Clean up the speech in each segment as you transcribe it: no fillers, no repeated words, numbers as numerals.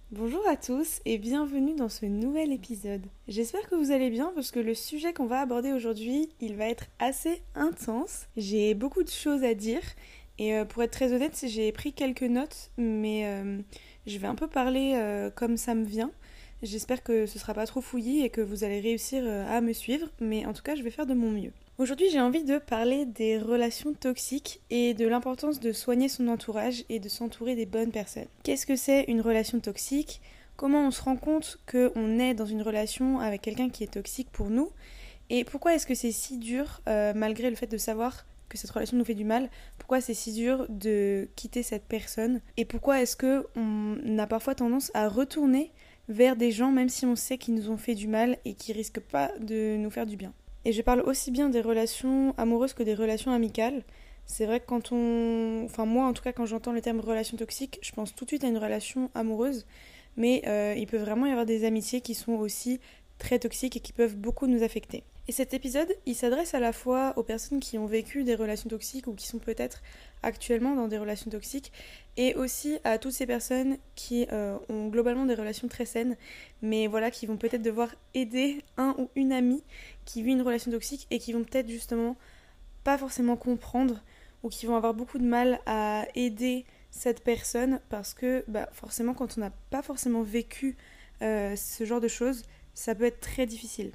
Bonjour à tous et bienvenue dans ce nouvel épisode. J'espère que vous allez bien parce que le sujet qu'on va aborder aujourd'hui, il va être assez intense. J'ai beaucoup de choses à dire et pour être très honnête, j'ai pris quelques notes mais je vais un peu parler comme ça me vient. J'espère que ce sera pas trop fouillis et que vous allez réussir à me suivre, mais en tout cas, je vais faire de mon mieux. Aujourd'hui, j'ai envie de parler des relations toxiques et de l'importance de soigner son entourage et de s'entourer des bonnes personnes. Qu'est-ce que c'est une relation toxique ? Comment on se rend compte qu'on est dans une relation avec quelqu'un qui est toxique pour nous ? Et pourquoi est-ce que c'est si dur, malgré le fait de savoir que cette relation nous fait du mal, pourquoi c'est si dur de quitter cette personne ? Et pourquoi est-ce qu'on a parfois tendance à retourner vers des gens même si on sait qu'ils nous ont fait du mal et qui risquent pas de nous faire du bien ? Et je parle aussi bien des relations amoureuses que des relations amicales. C'est vrai que quand on... Enfin moi en tout cas quand j'entends le terme relation toxique, je pense tout de suite à une relation amoureuse. Mais il peut vraiment y avoir des amitiés qui sont aussi très toxiques et qui peuvent beaucoup nous affecter. Et cet épisode, il s'adresse à la fois aux personnes qui ont vécu des relations toxiques ou qui sont peut-être actuellement dans des relations toxiques et aussi à toutes ces personnes qui ont globalement des relations très saines mais voilà qui vont peut-être devoir aider un ou une amie qui vit une relation toxique et qui vont peut-être justement pas forcément comprendre ou qui vont avoir beaucoup de mal à aider cette personne parce que forcément quand on n'a pas forcément vécu ce genre de choses, ça peut être très difficile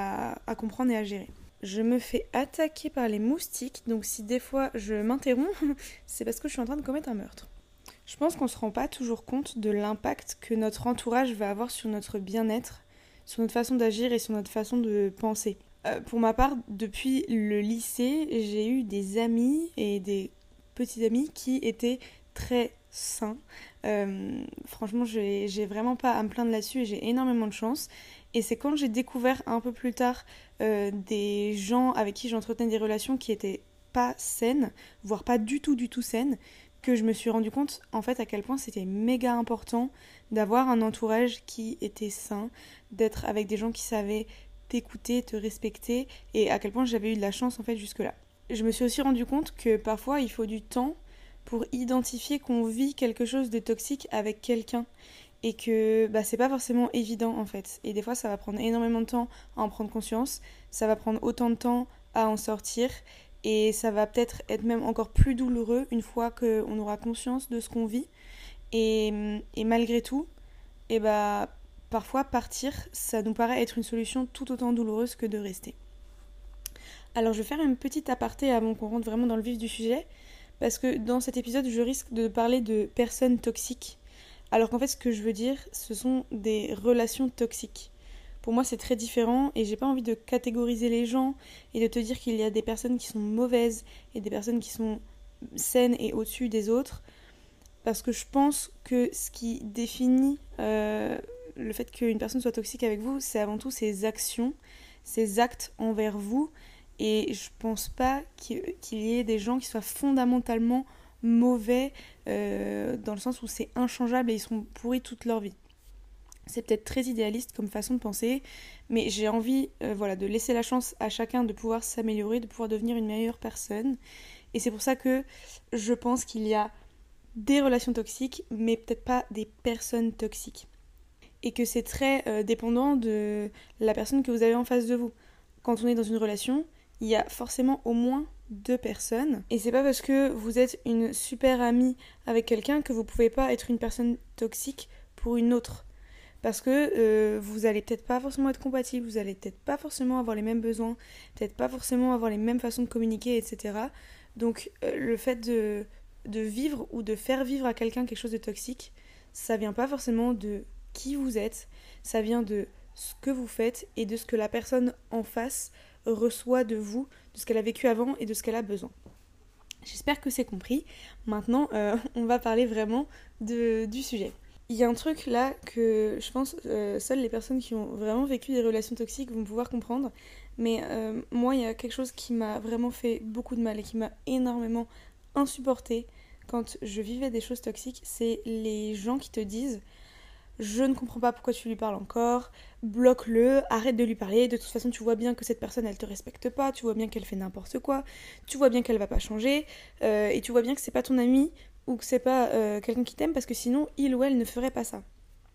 à comprendre et à gérer. Je me fais attaquer par les moustiques, donc si des fois je m'interromps, c'est parce que je suis en train de commettre un meurtre. Je pense qu'on ne se rend pas toujours compte de l'impact que notre entourage va avoir sur notre bien-être, sur notre façon d'agir et sur notre façon de penser. Pour ma part, depuis le lycée, j'ai eu des amis et des petits amis qui étaient très sains. Franchement, j'ai vraiment pas à me plaindre là-dessus et j'ai énormément de chance. Et c'est quand j'ai découvert un peu plus tard des gens avec qui j'entretenais des relations qui étaient pas saines, voire pas du tout saines, que je me suis rendu compte en fait à quel point c'était méga important d'avoir un entourage qui était sain, d'être avec des gens qui savaient t'écouter, te respecter et à quel point j'avais eu de la chance en fait jusque-là. Je me suis aussi rendu compte que parfois il faut du temps pour identifier qu'on vit quelque chose de toxique avec quelqu'un et que c'est pas forcément évident en fait. Et des fois ça va prendre énormément de temps à en prendre conscience, ça va prendre autant de temps à en sortir et ça va peut-être être même encore plus douloureux une fois qu'on aura conscience de ce qu'on vit et malgré tout, et parfois partir ça nous paraît être une solution tout autant douloureuse que de rester. Alors je vais faire une petite aparté avant qu'on rentre vraiment dans le vif du sujet parce que dans cet épisode je risque de parler de personnes toxiques alors qu'en fait ce que je veux dire ce sont des relations toxiques. Pour moi c'est très différent et j'ai pas envie de catégoriser les gens et de te dire qu'il y a des personnes qui sont mauvaises et des personnes qui sont saines et au-dessus des autres parce que je pense que ce qui définit le fait qu'une personne soit toxique avec vous c'est avant tout ses actions, ses actes envers vous et je pense pas qu'il y ait des gens qui soient fondamentalement mauvais dans le sens où c'est inchangeable et ils seront pourris toute leur vie. C'est peut-être très idéaliste comme façon de penser, mais j'ai envie de laisser la chance à chacun de pouvoir s'améliorer, de pouvoir devenir une meilleure personne. Et c'est pour ça que je pense qu'il y a des relations toxiques, mais peut-être pas des personnes toxiques. Et que c'est très dépendant de la personne que vous avez en face de vous. Quand on est dans une relation, il y a forcément au moins 2 personnes. Et c'est pas parce que vous êtes une super amie avec quelqu'un que vous pouvez pas être une personne toxique pour une autre. Parce que vous allez peut-être pas forcément être compatibles, vous allez peut-être pas forcément avoir les mêmes besoins, peut-être pas forcément avoir les mêmes façons de communiquer, etc. Donc le fait de vivre ou de faire vivre à quelqu'un quelque chose de toxique, ça vient pas forcément de qui vous êtes, ça vient de ce que vous faites et de ce que la personne en face reçoit de vous, de ce qu'elle a vécu avant et de ce qu'elle a besoin. J'espère que c'est compris. Maintenant, on va parler vraiment du sujet. Il y a un truc là que je pense seules les personnes qui ont vraiment vécu des relations toxiques vont pouvoir comprendre. Mais moi, il y a quelque chose qui m'a vraiment fait beaucoup de mal et qui m'a énormément insupportée quand je vivais des choses toxiques. C'est les gens qui te disent « Je ne comprends pas pourquoi tu lui parles encore, bloque-le, arrête de lui parler, de toute façon tu vois bien que cette personne elle te respecte pas, tu vois bien qu'elle fait n'importe quoi, tu vois bien qu'elle va pas changer, et tu vois bien que c'est pas ton ami ou que c'est pas quelqu'un qui t'aime parce que sinon il ou elle ne ferait pas ça. »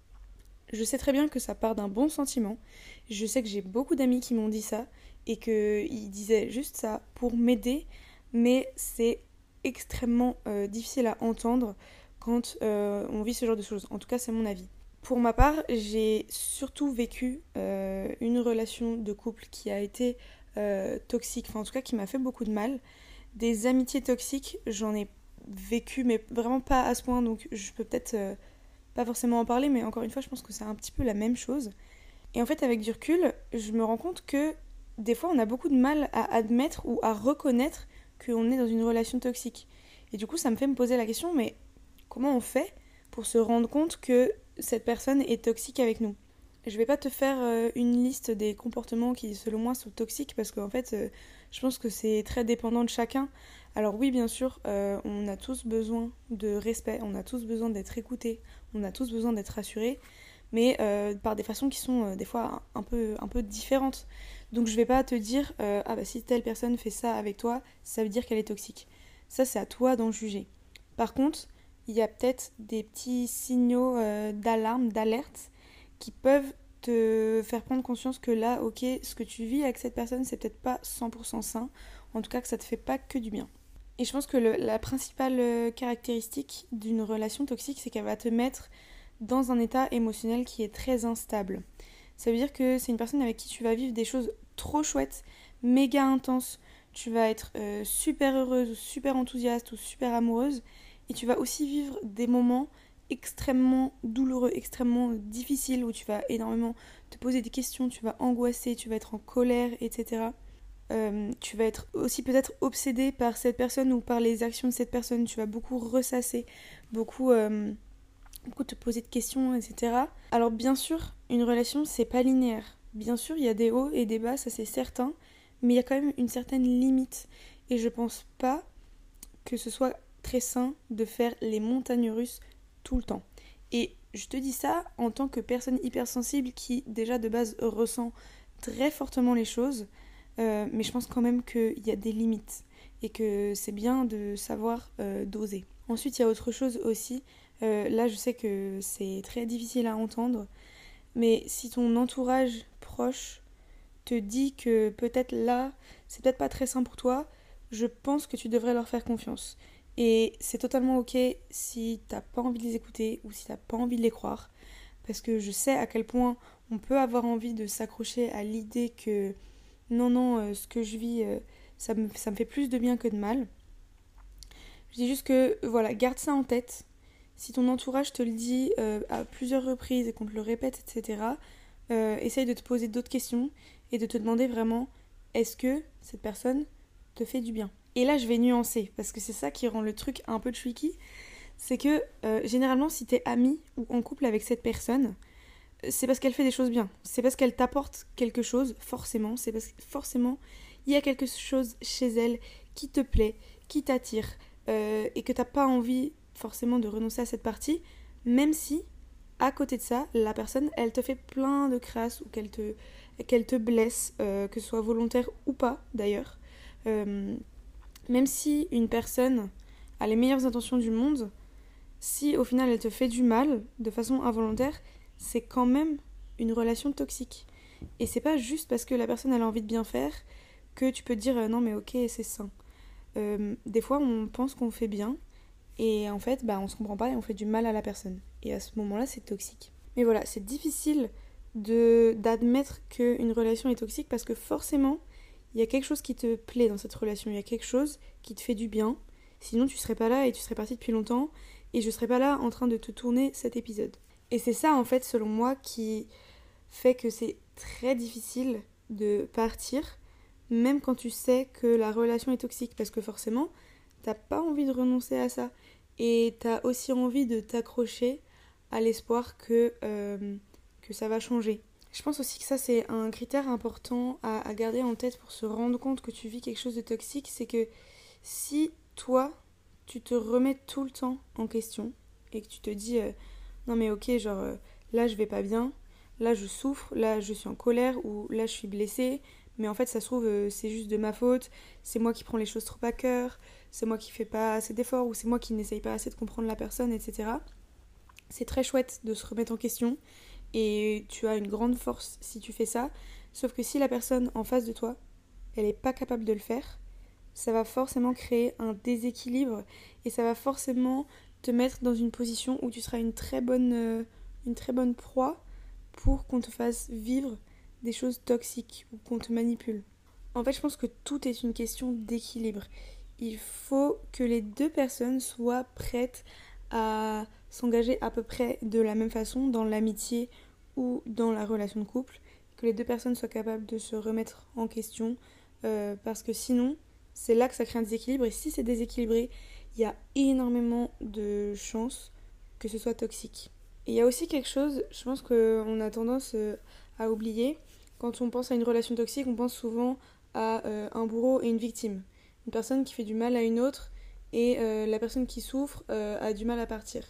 Je sais très bien que ça part d'un bon sentiment. Je sais que j'ai beaucoup d'amis qui m'ont dit ça et qu'ils disaient juste ça pour m'aider, mais c'est extrêmement difficile à entendre quand on vit ce genre de choses. En tout cas, c'est mon avis. Pour ma part, j'ai surtout vécu une relation de couple qui a été toxique, enfin en tout cas qui m'a fait beaucoup de mal. Des amitiés toxiques, j'en ai vécu, mais vraiment pas à ce point, donc je peux peut-être pas forcément en parler, mais encore une fois, je pense que c'est un petit peu la même chose. Et en fait, avec du recul, je me rends compte que des fois, on a beaucoup de mal à admettre ou à reconnaître qu'on est dans une relation toxique. Et du coup, ça me fait me poser la question, mais comment on fait pour se rendre compte que cette personne est toxique avec nous? Je vais pas te faire une liste des comportements qui, selon moi, sont toxiques parce qu'en fait, je pense que c'est très dépendant de chacun. Alors oui, bien sûr, on a tous besoin de respect, on a tous besoin d'être écoutés, on a tous besoin d'être rassurés, mais par des façons qui sont des fois un peu différentes. Donc je vais pas te dire, ah bah si telle personne fait ça avec toi, ça veut dire qu'elle est toxique. Ça, c'est à toi d'en juger. Par contre, il y a peut-être des petits signaux d'alarme, d'alerte qui peuvent te faire prendre conscience que là, ok, ce que tu vis avec cette personne, c'est peut-être pas 100% sain, en tout cas que ça te fait pas que du bien. Et je pense que la principale caractéristique d'une relation toxique, c'est qu'elle va te mettre dans un état émotionnel qui est très instable. Ça veut dire que c'est une personne avec qui tu vas vivre des choses trop chouettes, méga intenses, tu vas être super heureuse ou super enthousiaste ou super amoureuse, et tu vas aussi vivre des moments extrêmement douloureux, extrêmement difficiles, où tu vas énormément te poser des questions, tu vas angoisser, tu vas être en colère, etc. Tu vas être aussi peut-être obsédé par cette personne ou par les actions de cette personne, tu vas beaucoup ressasser, beaucoup te poser de questions, etc. Alors bien sûr, une relation, c'est pas linéaire. Bien sûr, il y a des hauts et des bas, ça c'est certain, mais il y a quand même une certaine limite. Et je pense pas que ce soit très sain de faire les montagnes russes tout le temps. Et je te dis ça en tant que personne hypersensible qui déjà de base ressent très fortement les choses, mais je pense quand même qu'il y a des limites et que c'est bien de savoir doser. Ensuite, il y a autre chose aussi. Là, je sais que c'est très difficile à entendre, mais si ton entourage proche te dit que peut-être là, c'est peut-être pas très sain pour toi, je pense que tu devrais leur faire confiance. Et c'est totalement ok si t'as pas envie de les écouter ou si t'as pas envie de les croire, parce que je sais à quel point on peut avoir envie de s'accrocher à l'idée que non, ce que je vis, ça me fait plus de bien que de mal. Je dis juste que, voilà, garde ça en tête. Si ton entourage te le dit à plusieurs reprises et qu'on te le répète, etc., essaye de te poser d'autres questions et de te demander vraiment, est-ce que cette personne te fait du bien? Et là, je vais nuancer, parce que c'est ça qui rend le truc un peu tricky. C'est que, généralement, si t'es ami ou en couple avec cette personne, c'est parce qu'elle fait des choses bien. C'est parce qu'elle t'apporte quelque chose, forcément. C'est parce que, forcément, il y a quelque chose chez elle qui te plaît, qui t'attire, et que t'as pas envie forcément de renoncer à cette partie, même si, à côté de ça, la personne, elle te fait plein de crasses ou qu'elle te blesse, que ce soit volontaire ou pas, d'ailleurs. Même si une personne a les meilleures intentions du monde, si au final elle te fait du mal de façon involontaire, c'est quand même une relation toxique. Et c'est pas juste parce que la personne elle a envie de bien faire que tu peux te dire non mais ok c'est sain. Des fois on pense qu'on fait bien et en fait on se comprend pas et on fait du mal à la personne. Et à ce moment-là c'est toxique. Mais voilà, c'est difficile d'admettre qu'une relation est toxique parce que forcément il y a quelque chose qui te plaît dans cette relation, il y a quelque chose qui te fait du bien. Sinon tu serais pas là et tu serais parti depuis longtemps et je serais pas là en train de te tourner cet épisode. Et c'est ça en fait selon moi qui fait que c'est très difficile de partir même quand tu sais que la relation est toxique parce que forcément t'as pas envie de renoncer à ça et t'as aussi envie de t'accrocher à l'espoir que ça va changer. Je pense aussi que ça c'est un critère important à garder en tête pour se rendre compte que tu vis quelque chose de toxique, c'est que si toi tu te remets tout le temps en question et que tu te dis non mais ok genre là je vais pas bien, là je souffre, là je suis en colère ou là je suis blessée, mais en fait ça se trouve c'est juste de ma faute, c'est moi qui prends les choses trop à cœur, c'est moi qui fais pas assez d'efforts ou c'est moi qui n'essaye pas assez de comprendre la personne, etc. C'est très chouette de se remettre en question et tu as une grande force si tu fais ça. Sauf que si la personne en face de toi, elle n'est pas capable de le faire, ça va forcément créer un déséquilibre et ça va forcément te mettre dans une position où tu seras une très bonne proie pour qu'on te fasse vivre des choses toxiques ou qu'on te manipule. En fait, je pense que tout est une question d'équilibre. Il faut que les deux personnes soient prêtes à s'engager à peu près de la même façon dans l'amitié ou dans la relation de couple, que les deux personnes soient capables de se remettre en question, parce que sinon, c'est là que ça crée un déséquilibre, et si c'est déséquilibré, il y a énormément de chances que ce soit toxique. Et il y a aussi quelque chose, je pense qu'on a tendance à oublier, quand on pense à une relation toxique, on pense souvent à un bourreau et une victime. Une personne qui fait du mal à une autre et la personne qui souffre a du mal à partir.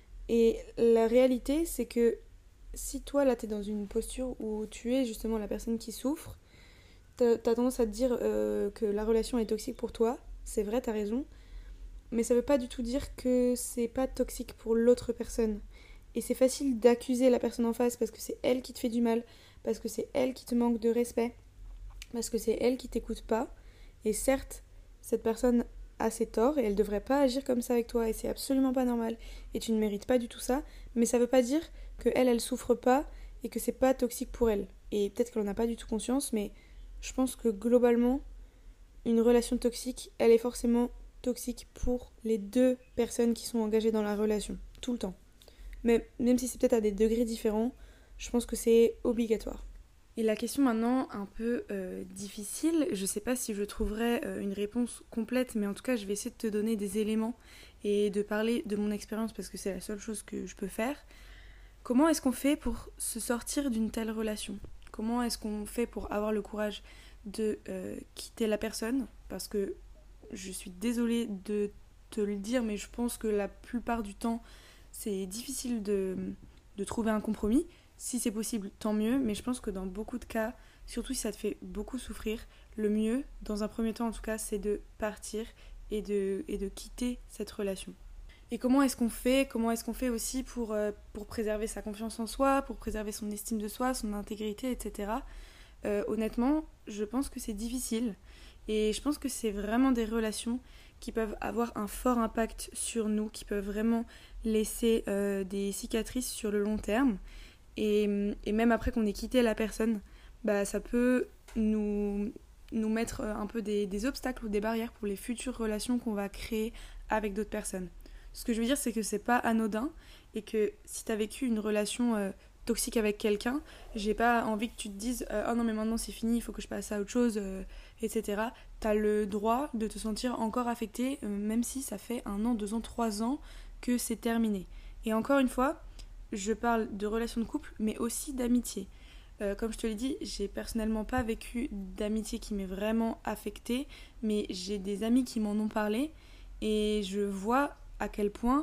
Et la réalité, c'est que si toi, là, t'es dans une posture où tu es justement la personne qui souffre, t'as tendance à te dire que la relation est toxique pour toi. C'est vrai, t'as raison. Mais ça veut pas du tout dire que c'est pas toxique pour l'autre personne. Et c'est facile d'accuser la personne en face parce que c'est elle qui te fait du mal, parce que c'est elle qui te manque de respect, parce que c'est elle qui t'écoute pas. Et certes, cette personne a ses torts et elle devrait pas agir comme ça avec toi et c'est absolument pas normal et tu ne mérites pas du tout ça, mais ça veut pas dire que elle souffre pas et que c'est pas toxique pour elle. Et peut-être qu'elle en a pas du tout conscience, mais je pense que globalement, une relation toxique, elle est forcément toxique pour les deux personnes qui sont engagées dans la relation, tout le temps. Mais même si c'est peut-être à des degrés différents, je pense que c'est obligatoire. Et la question maintenant, un peu difficile, je sais pas si je trouverai une réponse complète, mais en tout cas je vais essayer de te donner des éléments et de parler de mon expérience parce que c'est la seule chose que je peux faire. Comment est-ce qu'on fait pour se sortir d'une telle relation ? Comment est-ce qu'on fait pour avoir le courage de quitter la personne ? Parce que je suis désolée de te le dire, mais je pense que la plupart du temps, c'est difficile de trouver un compromis. Si c'est possible, tant mieux, mais je pense que dans beaucoup de cas, surtout si ça te fait beaucoup souffrir, le mieux, dans un premier temps en tout cas, c'est de partir et de quitter cette relation. Et comment est-ce qu'on fait ? Comment est-ce qu'on fait aussi pour préserver sa confiance en soi, pour préserver son estime de soi, son intégrité, etc. Honnêtement, je pense que c'est difficile. Et je pense que c'est vraiment des relations qui peuvent avoir un fort impact sur nous, qui peuvent vraiment laisser des cicatrices sur le long terme. Et même après qu'on ait quitté la personne, bah, ça peut nous mettre un peu des obstacles ou des barrières pour les futures relations qu'on va créer avec d'autres personnes. Ce que je veux dire, c'est que c'est pas anodin et que si t'as vécu une relation toxique avec quelqu'un, j'ai pas envie que tu te dises oh non mais maintenant c'est fini, il faut que je passe à autre chose, etc. T'as le droit de te sentir encore affecté, même si ça fait 1 an, 2 ans, 3 ans que c'est terminé. Et encore une fois, je parle de relations de couple, mais aussi d'amitié. Comme je te l'ai dit, j'ai personnellement pas vécu d'amitié qui m'ait vraiment affectée, mais j'ai des amis qui m'en ont parlé et je vois à quel point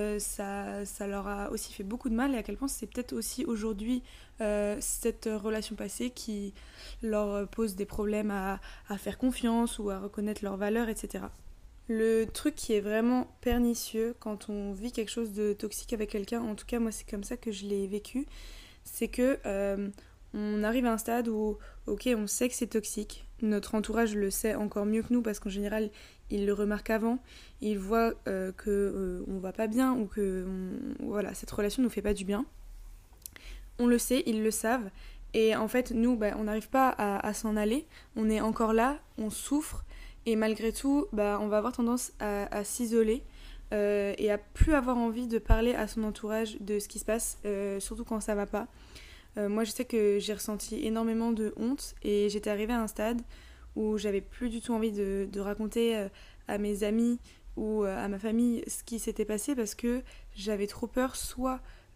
ça leur a aussi fait beaucoup de mal et à quel point c'est peut-être aussi aujourd'hui cette relation passée qui leur pose des problèmes à faire confiance ou à reconnaître leurs valeurs, etc. Le truc qui est vraiment pernicieux quand on vit quelque chose de toxique avec quelqu'un, en tout cas moi c'est comme ça que je l'ai vécu, c'est que on arrive à un stade où ok on sait que c'est toxique, notre entourage le sait encore mieux que nous parce qu'en général ils le remarquent avant, ils voient que on va pas bien ou que voilà, cette relation nous fait pas du bien. On le sait, ils le savent et en fait nous on n'arrive pas à s'en aller, on est encore là, on souffre. Et malgré tout, on va avoir tendance à s'isoler et à plus avoir envie de parler à son entourage de ce qui se passe, surtout quand ça va pas. Moi, je sais que j'ai ressenti énormément de honte et j'étais arrivée à un stade où j'avais plus du tout envie de raconter à mes amis ou à ma famille ce qui s'était passé parce que j'avais trop peur, soit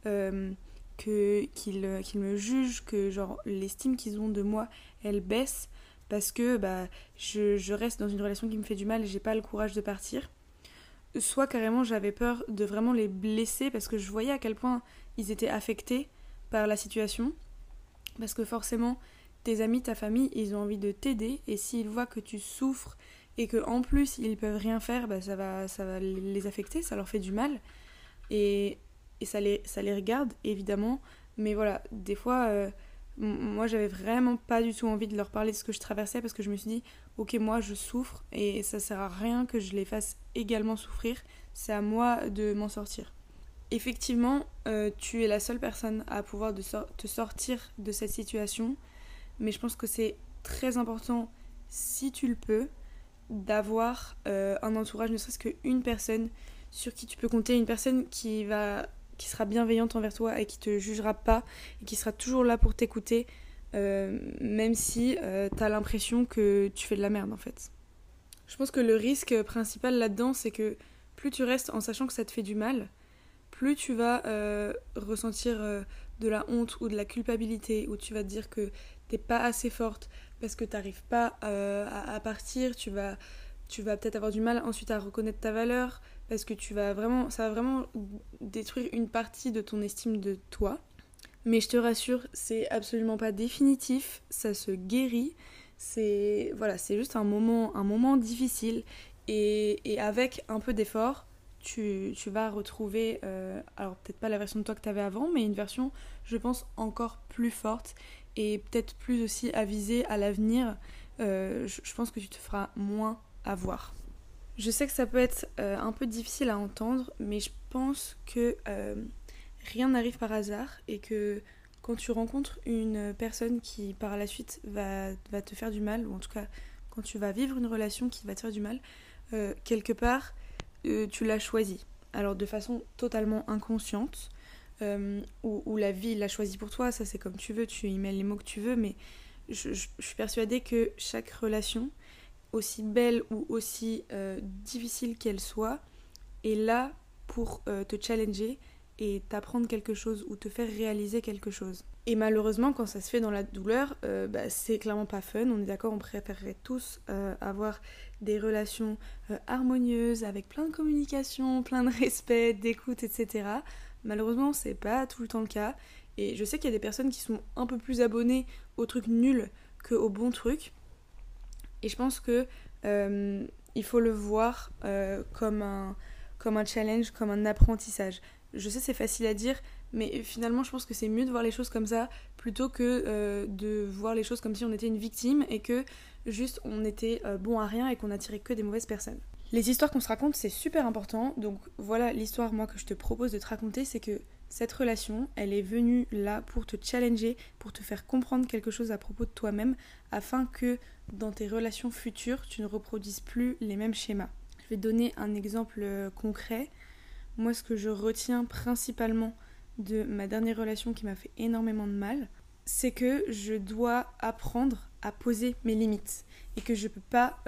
qu'ils me jugent, que genre l'estime qu'ils ont de moi, elle baisse, parce que je reste dans une relation qui me fait du mal et j'ai pas le courage de partir. Soit carrément j'avais peur de vraiment les blesser parce que je voyais à quel point ils étaient affectés par la situation. Parce que forcément, tes amis, ta famille, ils ont envie de t'aider et s'ils voient que tu souffres et qu'en plus ils peuvent rien faire, ça va les affecter, ça leur fait du mal. Et ça les regarde évidemment Mais voilà, des fois, moi j'avais vraiment pas du tout envie de leur parler de ce que je traversais parce que je me suis dit, ok, moi je souffre et ça sert à rien que je les fasse également souffrir, c'est à moi de m'en sortir. Effectivement, tu es la seule personne à pouvoir te sortir de cette situation, mais je pense que c'est très important, si tu le peux, d'avoir un entourage, ne serait-ce qu'une personne sur qui tu peux compter, une personne qui sera bienveillante envers toi et qui te jugera pas et qui sera toujours là pour t'écouter, même si t'as l'impression que tu fais de la merde en fait. Je pense que le risque principal là-dedans, c'est que plus tu restes en sachant que ça te fait du mal, plus tu vas ressentir de la honte ou de la culpabilité, ou tu vas te dire que t'es pas assez forte parce que t'arrives pas à partir, tu vas peut-être avoir du mal ensuite à reconnaître ta valeur, parce que ça va vraiment détruire une partie de ton estime de toi. Mais je te rassure, c'est absolument pas définitif, ça se guérit, c'est juste un moment difficile, et avec un peu d'effort, tu vas retrouver, alors peut-être pas la version de toi que tu avais avant, mais une version, je pense, encore plus forte et peut-être plus aussi avisée à l'avenir. Je pense que tu te feras moins avoir. Je sais que ça peut être un peu difficile à entendre, mais je pense que rien n'arrive par hasard et que quand tu rencontres une personne qui par la suite va te faire du mal, ou en tout cas quand tu vas vivre une relation qui va te faire du mal, quelque part tu l'as choisi. Alors de façon totalement inconsciente, ou la vie l'a choisi pour toi, ça c'est comme tu veux, tu y mets les mots que tu veux, mais je suis persuadée que chaque relation, aussi belle ou aussi difficile qu'elle soit, est là pour te challenger et t'apprendre quelque chose ou te faire réaliser quelque chose. Et malheureusement, quand ça se fait dans la douleur, c'est clairement pas fun. On est d'accord, on préférerait tous avoir des relations harmonieuses, avec plein de communication, plein de respect, d'écoute, etc. Malheureusement, c'est pas tout le temps le cas. Et je sais qu'il y a des personnes qui sont un peu plus abonnées aux trucs nuls qu'aux bons trucs. Et je pense que il faut le voir comme un challenge, comme un apprentissage. Je sais, c'est facile à dire, mais finalement, je pense que c'est mieux de voir les choses comme ça plutôt que de voir les choses comme si on était une victime et que juste on était bon à rien et qu'on attirait que des mauvaises personnes. Les histoires qu'on se raconte, c'est super important. Donc voilà l'histoire, moi, que je te propose de te raconter, c'est que cette relation, elle est venue là pour te challenger, pour te faire comprendre quelque chose à propos de toi-même, afin que dans tes relations futures, tu ne reproduises plus les mêmes schémas. Je vais te donner un exemple concret. Moi, ce que je retiens principalement de ma dernière relation qui m'a fait énormément de mal, c'est que je dois apprendre à poser mes limites et que je peux pas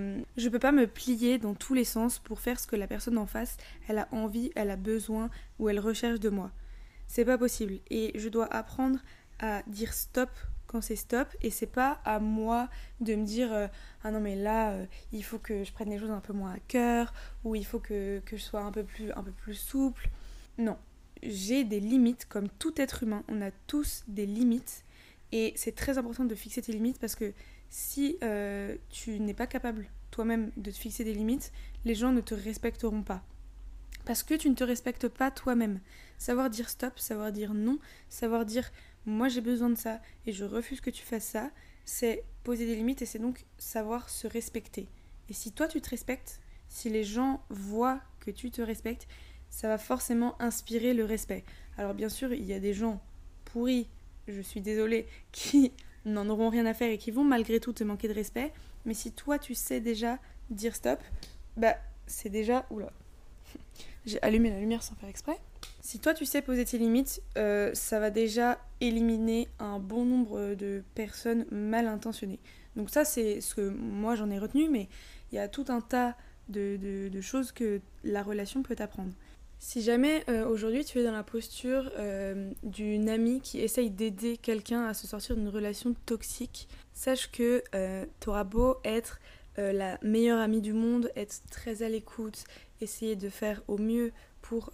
me plier dans tous les sens pour faire ce que la personne en face, elle a envie, elle a besoin ou elle recherche de moi. C'est pas possible et je dois apprendre à dire stop quand c'est stop, et c'est pas à moi de me dire ah non mais là il faut que je prenne les choses un peu moins à cœur, ou il faut que je sois un peu plus souple. Non, j'ai des limites comme tout être humain, on a tous des limites, et c'est très important de fixer tes limites parce que si tu n'es pas capable toi-même de te fixer des limites, les gens ne te respecteront pas. Parce que tu ne te respectes pas toi-même. Savoir dire stop, savoir dire non, savoir dire moi j'ai besoin de ça et je refuse que tu fasses ça, c'est poser des limites et c'est donc savoir se respecter. Et si toi tu te respectes, si les gens voient que tu te respectes, ça va forcément inspirer le respect. Alors bien sûr, il y a des gens pourris, je suis désolée, qui n'en auront rien à faire et qui vont malgré tout te manquer de respect, mais si toi tu sais déjà dire stop, c'est déjà... Oula, j'ai allumé la lumière sans faire exprès. Si toi tu sais poser tes limites, ça va déjà éliminer un bon nombre de personnes mal intentionnées. Donc ça c'est ce que moi j'en ai retenu, mais il y a tout un tas de choses que la relation peut t'apprendre. Si jamais aujourd'hui tu es dans la posture d'une amie qui essaye d'aider quelqu'un à se sortir d'une relation toxique, sache que t'auras beau être la meilleure amie du monde, être très à l'écoute, essayer de faire au mieux pour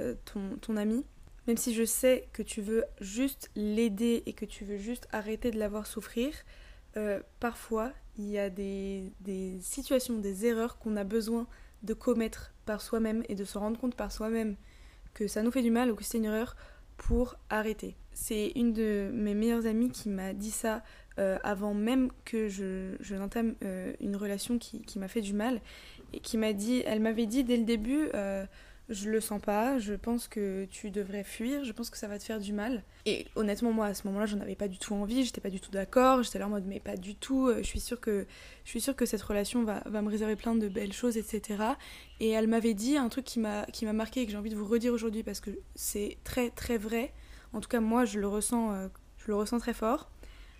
ton ami, même si je sais que tu veux juste l'aider et que tu veux juste arrêter de la voir souffrir, parfois il y a des situations, des erreurs qu'on a besoin de commettre par soi-même et de se rendre compte par soi-même que ça nous fait du mal ou que c'est une erreur pour arrêter. c'est une de mes meilleures amies qui m'a dit ça avant même que je n'entame une relation qui m'a fait du mal. Et elle m'avait dit dès le début, je le sens pas, je pense que tu devrais fuir, je pense que ça va te faire du mal. Et honnêtement, moi, à ce moment-là, j'en avais pas du tout envie, j'étais pas du tout d'accord, j'étais là en mode, mais pas du tout, je suis sûre que cette relation va me réserver plein de belles choses, etc. Et elle m'avait dit un truc qui m'a marqué et que j'ai envie de vous redire aujourd'hui parce que c'est très très vrai. En tout cas, moi, je le ressens très fort.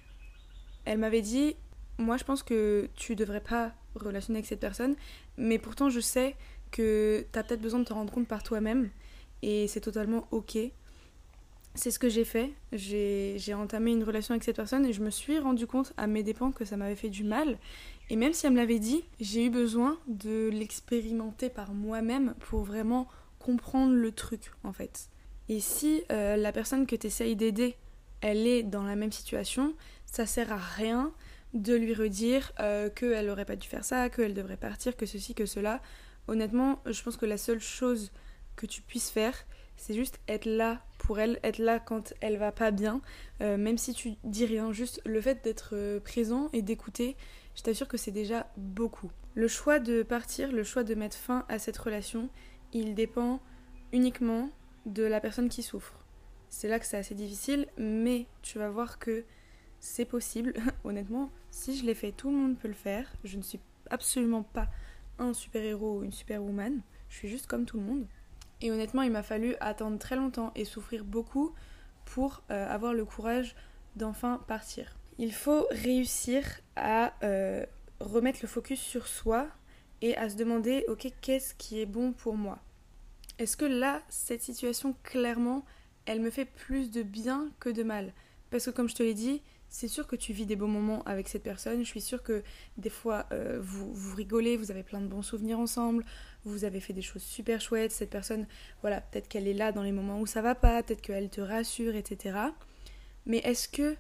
Elle m'avait dit, moi, je pense que tu devrais pas relationner avec cette personne, mais pourtant, je sais que t'as peut-être besoin de te rendre compte par toi-même, et c'est totalement ok. C'est ce que j'ai fait. J'ai entamé une relation avec cette personne et je me suis rendu compte à mes dépens que ça m'avait fait du mal. Et même si elle me l'avait dit, j'ai eu besoin de l'expérimenter par moi-même pour vraiment comprendre le truc, en fait. Et si la personne que tu essayes d'aider, elle est dans la même situation, ça sert à rien de lui redire qu'elle aurait pas dû faire ça, qu'elle devrait partir, que ceci, que cela. Honnêtement, je pense que la seule chose que tu puisses faire, c'est juste être là pour elle, être là quand elle va pas bien, même si tu dis rien, juste le fait d'être présent et d'écouter, je t'assure que c'est déjà beaucoup. Le choix de partir, le choix de mettre fin à cette relation, il dépend uniquement de la personne qui souffre. C'est là que c'est assez difficile, mais tu vas voir que c'est possible. Honnêtement, si je l'ai fait, tout le monde peut le faire. Je ne suis absolument pas un super-héros ou une super-woman, je suis juste comme tout le monde. Et honnêtement, il m'a fallu attendre très longtemps et souffrir beaucoup pour avoir le courage d'enfin partir. Il faut réussir à remettre le focus sur soi et à se demander, ok, qu'est-ce qui est bon pour moi ? Est-ce que là, cette situation, clairement, elle me fait plus de bien que de mal ? Parce que comme je te l'ai dit, c'est sûr que tu vis des beaux moments avec cette personne. Je suis sûre que des fois, vous rigolez, vous avez plein de bons souvenirs ensemble, vous avez fait des choses super chouettes. Cette personne, voilà, peut-être qu'elle est là dans les moments où ça va pas, peut-être qu'elle te rassure, etc. Mais est-ce que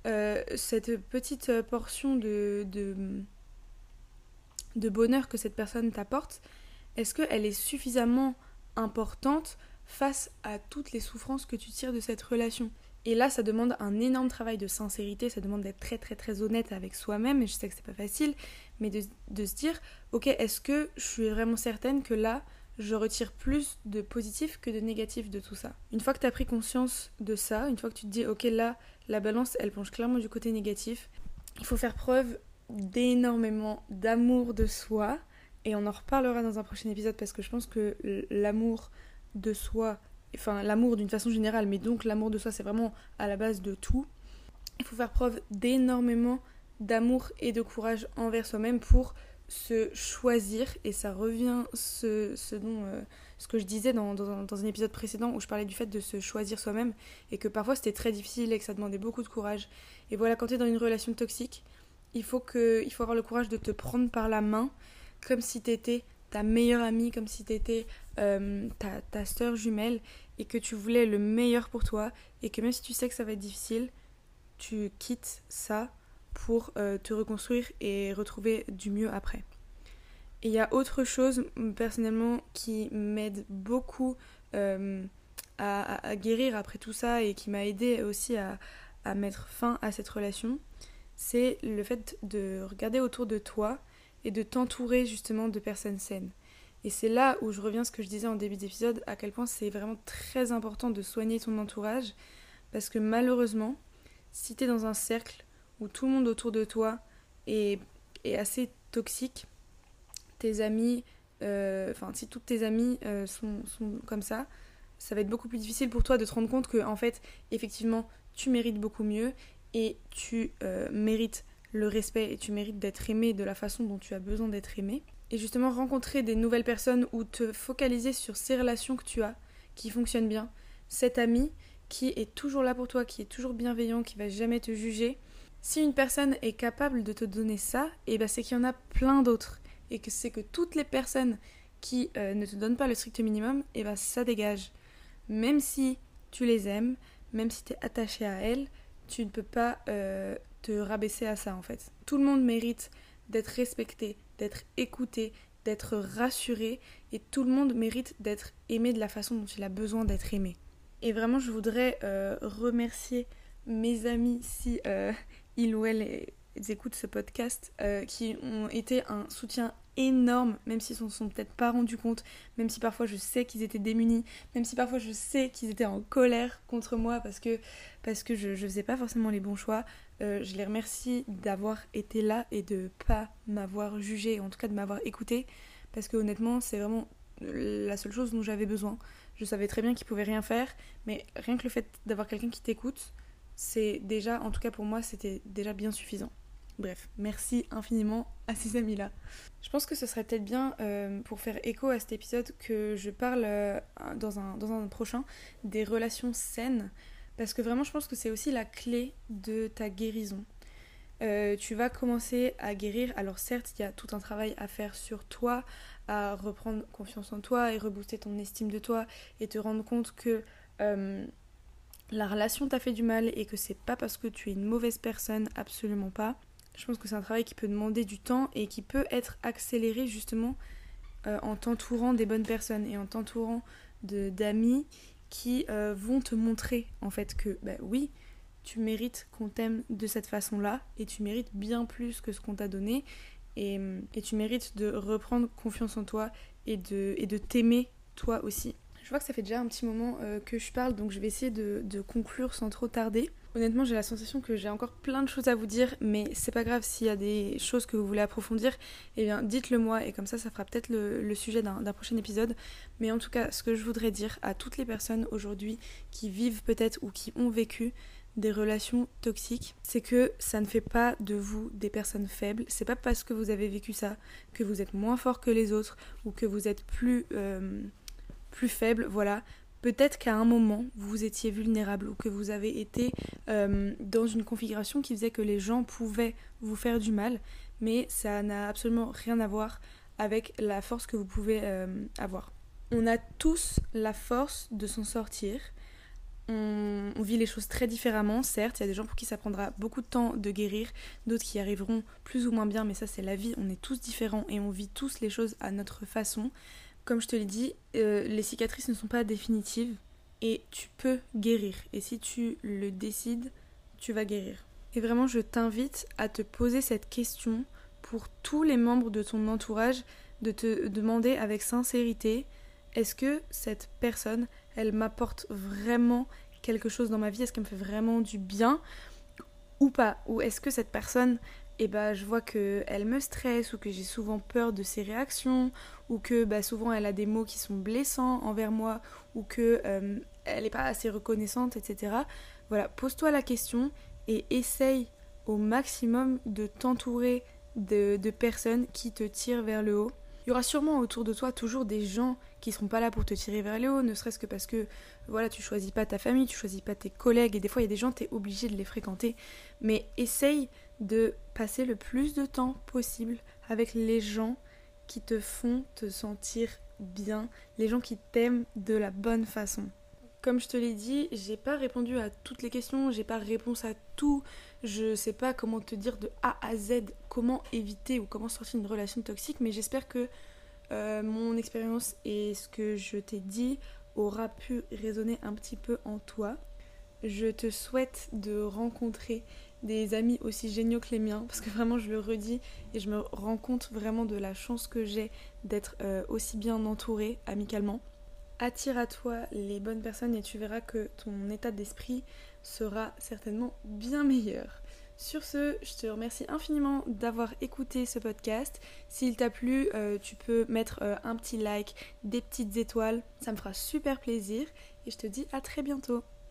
cette petite portion de bonheur que cette personne t'apporte, est-ce qu'elle est suffisamment importante face à toutes les souffrances que tu tires de cette relation ? Et là, ça demande un énorme travail de sincérité, ça demande d'être très très très honnête avec soi-même, et je sais que c'est pas facile, mais de se dire, ok, est-ce que je suis vraiment certaine que là, je retire plus de positif que de négatif de tout ça ? Une fois que tu as pris conscience de ça, une fois que tu te dis, ok, là, la balance, elle penche clairement du côté négatif, il faut faire preuve d'énormément d'amour de soi, et on en reparlera dans un prochain épisode parce que je pense que l'amour de soi, enfin l'amour d'une façon générale, mais donc l'amour de soi c'est vraiment à la base de tout. Il faut faire preuve d'énormément d'amour et de courage envers soi-même pour se choisir, et ça revient ce que je disais dans un épisode précédent où je parlais du fait de se choisir soi-même et que parfois c'était très difficile et que ça demandait beaucoup de courage. Et voilà, quand tu es dans une relation toxique, il faut avoir le courage de te prendre par la main comme si t'étais ta meilleure amie, comme si t'étais ta sœur jumelle et que tu voulais le meilleur pour toi et que même si tu sais que ça va être difficile, tu quittes ça pour te reconstruire et retrouver du mieux après. Et il y a autre chose personnellement qui m'aide beaucoup à guérir après tout ça et qui m'a aidé aussi à mettre fin à cette relation, c'est le fait de regarder autour de toi et de t'entourer justement de personnes saines. Et c'est là où je reviens à ce que je disais en début d'épisode, à quel point c'est vraiment très important de soigner ton entourage, parce que malheureusement, si t'es dans un cercle où tout le monde autour de toi est assez toxique, tes amis, si toutes tes amies sont comme ça va être beaucoup plus difficile pour toi de te rendre compte que, en fait, effectivement, tu mérites beaucoup mieux et tu mérites le respect et tu mérites d'être aimé de la façon dont tu as besoin d'être aimé. Et justement, rencontrer des nouvelles personnes ou te focaliser sur ces relations que tu as, qui fonctionnent bien. Cet ami qui est toujours là pour toi, qui est toujours bienveillant, qui va jamais te juger. Si une personne est capable de te donner ça, et c'est qu'il y en a plein d'autres. Et que c'est que toutes les personnes qui ne te donnent pas le strict minimum, ça dégage. Même si tu les aimes, même si tu es attaché à elles, tu ne peux pas te rabaisser à ça en fait. Tout le monde mérite d'être respecté, d'être écouté, d'être rassuré, et tout le monde mérite d'être aimé de la façon dont il a besoin d'être aimé. Et vraiment, je voudrais remercier mes amis si ils ou elles écoutent ce podcast, qui ont été un soutien énorme, même s'ils ne s'en sont peut-être pas rendus compte, même si parfois je sais qu'ils étaient démunis, même si parfois je sais qu'ils étaient en colère contre moi parce que je faisais pas forcément les bons choix. Je les remercie d'avoir été là et de pas m'avoir jugé, en tout cas de m'avoir écouté, parce que honnêtement c'est vraiment la seule chose dont j'avais besoin. Je savais très bien qu'ils pouvaient rien faire, mais rien que le fait d'avoir quelqu'un qui t'écoute, c'est déjà, en tout cas pour moi, c'était déjà bien suffisant. Bref, merci infiniment à ces amis-là. Je pense que ce serait peut-être bien, pour faire écho à cet épisode, que je parle dans un prochain des relations saines, parce que vraiment je pense que c'est aussi la clé de ta guérison. Tu vas commencer à guérir, alors certes il y a tout un travail à faire sur toi, à reprendre confiance en toi et rebooster ton estime de toi et te rendre compte que la relation t'a fait du mal et que c'est pas parce que tu es une mauvaise personne, absolument pas. Je pense que c'est un travail qui peut demander du temps et qui peut être accéléré justement en t'entourant des bonnes personnes et en t'entourant d'amis qui vont te montrer en fait que oui, tu mérites qu'on t'aime de cette façon-là et tu mérites bien plus que ce qu'on t'a donné et tu mérites de reprendre confiance en toi et de t'aimer toi aussi. Je vois que ça fait déjà un petit moment que je parle, donc je vais essayer de conclure sans trop tarder. Honnêtement, j'ai la sensation que j'ai encore plein de choses à vous dire, mais c'est pas grave, s'il y a des choses que vous voulez approfondir, eh bien dites-le moi, et comme ça fera peut-être le sujet d'un prochain épisode. Mais en tout cas, ce que je voudrais dire à toutes les personnes aujourd'hui qui vivent peut-être ou qui ont vécu des relations toxiques, c'est que ça ne fait pas de vous des personnes faibles. C'est pas parce que vous avez vécu ça que vous êtes moins fort que les autres ou que vous êtes plus faible, voilà. Peut-être qu'à un moment, vous étiez vulnérable ou que vous avez été dans une configuration qui faisait que les gens pouvaient vous faire du mal, mais ça n'a absolument rien à voir avec la force que vous pouvez avoir. On a tous la force de s'en sortir. On vit les choses très différemment, certes, il y a des gens pour qui ça prendra beaucoup de temps de guérir, d'autres qui y arriveront plus ou moins bien, mais ça c'est la vie, on est tous différents et on vit tous les choses à notre façon. Comme je te l'ai dit, les cicatrices ne sont pas définitives et tu peux guérir. Et si tu le décides, tu vas guérir. Et vraiment, je t'invite à te poser cette question pour tous les membres de ton entourage, de te demander avec sincérité, est-ce que cette personne, elle m'apporte vraiment quelque chose dans ma vie? Est-ce qu'elle me fait vraiment du bien ou pas? Ou est-ce que cette personne, je vois qu'elle me stresse ou que j'ai souvent peur de ses réactions ou que souvent elle a des mots qui sont blessants envers moi ou que elle n'est pas assez reconnaissante, etc. Voilà, pose-toi la question et essaye au maximum de t'entourer de personnes qui te tirent vers le haut. Il y aura sûrement autour de toi toujours des gens qui seront pas là pour te tirer vers le haut, ne serait-ce que parce que voilà, tu choisis pas ta famille, tu choisis pas tes collègues, et des fois il y a des gens, t'es obligé de les fréquenter. Mais essaye de passer le plus de temps possible avec les gens qui te font te sentir bien, les gens qui t'aiment de la bonne façon. Comme je te l'ai dit, j'ai pas répondu à toutes les questions, j'ai pas réponse à tout, je sais pas comment te dire de A à Z comment éviter ou comment sortir d'une relation toxique, mais j'espère que mon expérience et ce que je t'ai dit aura pu résonner un petit peu en toi. Je te souhaite de rencontrer des amis aussi géniaux que les miens, parce que vraiment je le redis et je me rends compte vraiment de la chance que j'ai d'être aussi bien entourée amicalement. Attire à toi les bonnes personnes et tu verras que ton état d'esprit sera certainement bien meilleur. Sur ce, je te remercie infiniment d'avoir écouté ce podcast. S'il t'a plu, tu peux mettre un petit like, des petites étoiles, ça me fera super plaisir et je te dis à très bientôt.